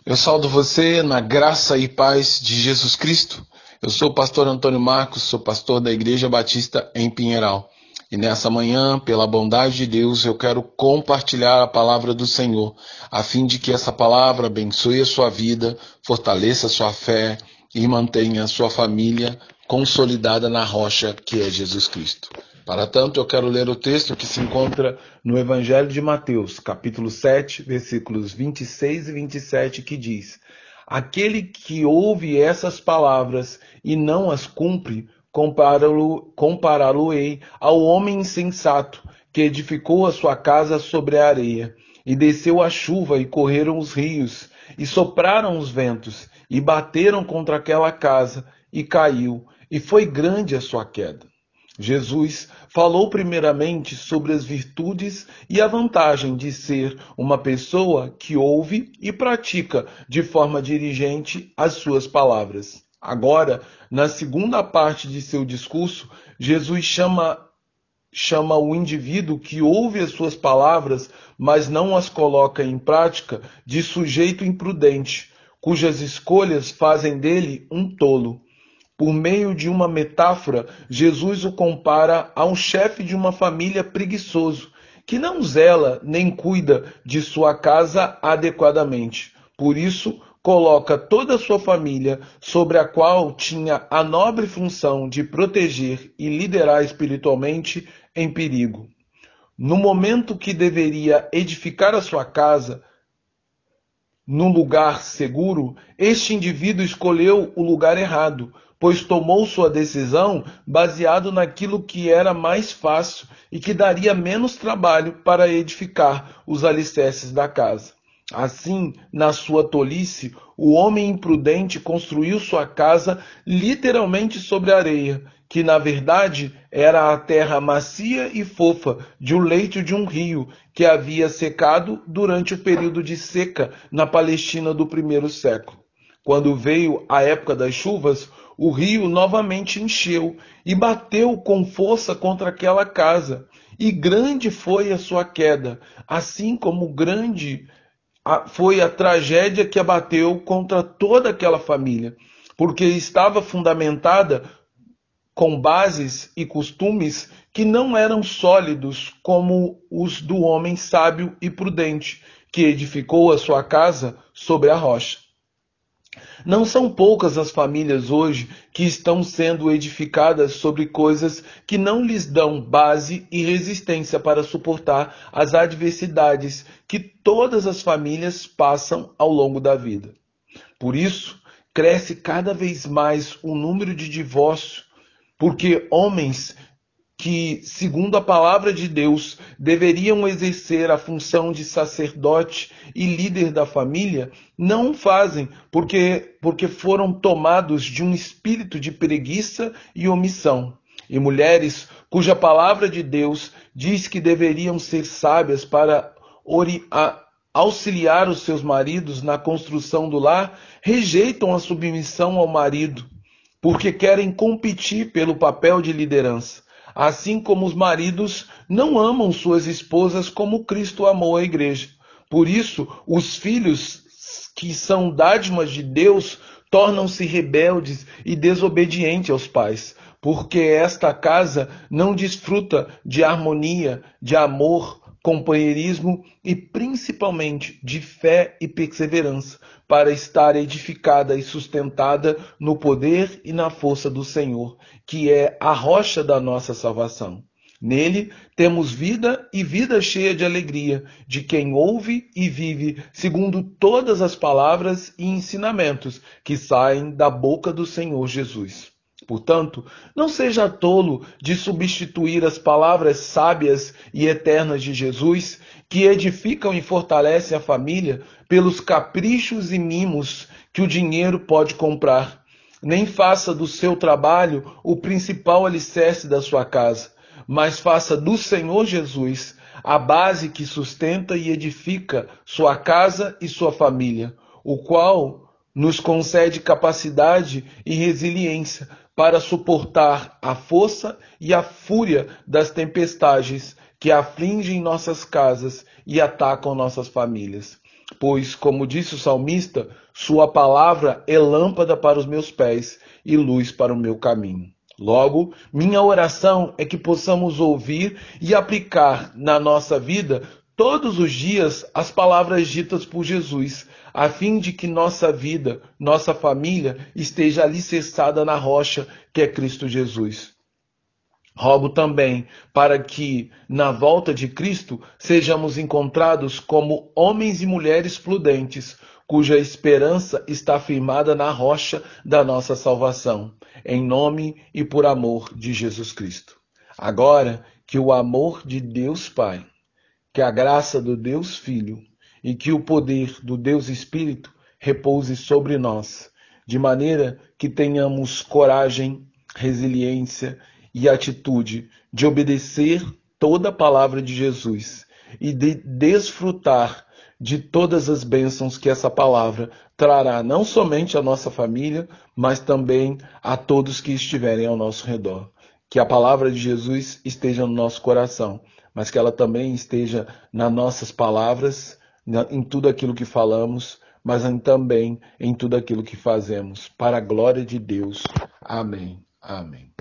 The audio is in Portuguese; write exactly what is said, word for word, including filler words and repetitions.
Eu saúdo você na graça e paz de Jesus Cristo. Eu sou o pastor Antônio Marcos, sou pastor da Igreja Batista em Pinheiral. E nessa manhã, pela bondade de Deus, eu quero compartilhar a palavra do Senhor, a fim de que essa palavra abençoe a sua vida, fortaleça a sua fé e mantenha a sua família consolidada na rocha que é Jesus Cristo. Para tanto, eu quero ler o texto que se encontra no Evangelho de Mateus, capítulo sete, versículos vinte e seis e vinte e sete, que diz: Aquele que ouve essas palavras e não as cumpre, compará-lo- compará-lo-ei ao homem insensato que edificou a sua casa sobre a areia. E desceu a chuva, e correram os rios, e sopraram os ventos, e bateram contra aquela casa, e caiu, e foi grande a sua queda. Jesus falou primeiramente sobre as virtudes e a vantagem de ser uma pessoa que ouve e pratica de forma dirigente as suas palavras. Agora, na segunda parte de seu discurso, Jesus chama chama o indivíduo que ouve as suas palavras, mas não as coloca em prática, de sujeito imprudente, cujas escolhas fazem dele um tolo. Por meio de uma metáfora, Jesus o compara a um chefe de uma família preguiçoso, que não zela nem cuida de sua casa adequadamente. Por isso, coloca toda a sua família, sobre a qual tinha a nobre função de proteger e liderar espiritualmente, em perigo. No momento que deveria edificar a sua casa, num lugar seguro, este indivíduo escolheu o lugar errado, pois tomou sua decisão baseado naquilo que era mais fácil e que daria menos trabalho para edificar os alicerces da casa. Assim, na sua tolice, o homem imprudente construiu sua casa literalmente sobre areia, que na verdade era a terra macia e fofa de um leito de um rio que havia secado durante o período de seca na Palestina do primeiro século. Quando veio a época das chuvas, o rio novamente encheu e bateu com força contra aquela casa, e grande foi a sua queda, assim como grande foi a tragédia que abateu contra toda aquela família, porque estava fundamentada com bases e costumes que não eram sólidos como os do homem sábio e prudente, que edificou a sua casa sobre a rocha. Não são poucas as famílias hoje que estão sendo edificadas sobre coisas que não lhes dão base e resistência para suportar as adversidades que todas as famílias passam ao longo da vida. Por isso, cresce cada vez mais o número de divórcios, porque homens que, segundo a palavra de Deus, deveriam exercer a função de sacerdote e líder da família, não o fazem porque, porque foram tomados de um espírito de preguiça e omissão. E mulheres cuja palavra de Deus diz que deveriam ser sábias para ori- a- auxiliar os seus maridos na construção do lar, rejeitam a submissão ao marido, porque querem competir pelo papel de liderança. Assim como os maridos não amam suas esposas como Cristo amou a igreja. Por isso, os filhos que são dádivas de Deus tornam-se rebeldes e desobedientes aos pais, porque esta casa não desfruta de harmonia, de amor, companheirismo e principalmente de fé e perseverança, para estar edificada e sustentada no poder e na força do Senhor, que é a rocha da nossa salvação. Nele temos vida e vida cheia de alegria, de quem ouve e vive segundo todas as palavras e ensinamentos que saem da boca do Senhor Jesus. Portanto, não seja tolo de substituir as palavras sábias e eternas de Jesus, que edificam e fortalecem a família, pelos caprichos e mimos que o dinheiro pode comprar. Nem faça do seu trabalho o principal alicerce da sua casa, mas faça do Senhor Jesus a base que sustenta e edifica sua casa e sua família, o qual nos concede capacidade e resiliência para suportar a força e a fúria das tempestades que afligem nossas casas e atacam nossas famílias. Pois, como disse o salmista, sua palavra é lâmpada para os meus pés e luz para o meu caminho. Logo, minha oração é que possamos ouvir e aplicar na nossa vida todos os dias as palavras ditas por Jesus, a fim de que nossa vida, nossa família esteja alicerçada na rocha que é Cristo Jesus. Rogo também para que, na volta de Cristo, sejamos encontrados como homens e mulheres prudentes, cuja esperança está firmada na rocha da nossa salvação, em nome e por amor de Jesus Cristo. Agora, que o amor de Deus Pai, que a graça do Deus Filho e que o poder do Deus Espírito repouse sobre nós, de maneira que tenhamos coragem, resiliência e atitude de obedecer toda a palavra de Jesus e de desfrutar de todas as bênçãos que essa palavra trará, não somente à nossa família, mas também a todos que estiverem ao nosso redor. Que a palavra de Jesus esteja no nosso coração, mas que ela também esteja nas nossas palavras, em tudo aquilo que falamos, mas também em tudo aquilo que fazemos, para a glória de Deus. Amém. Amém.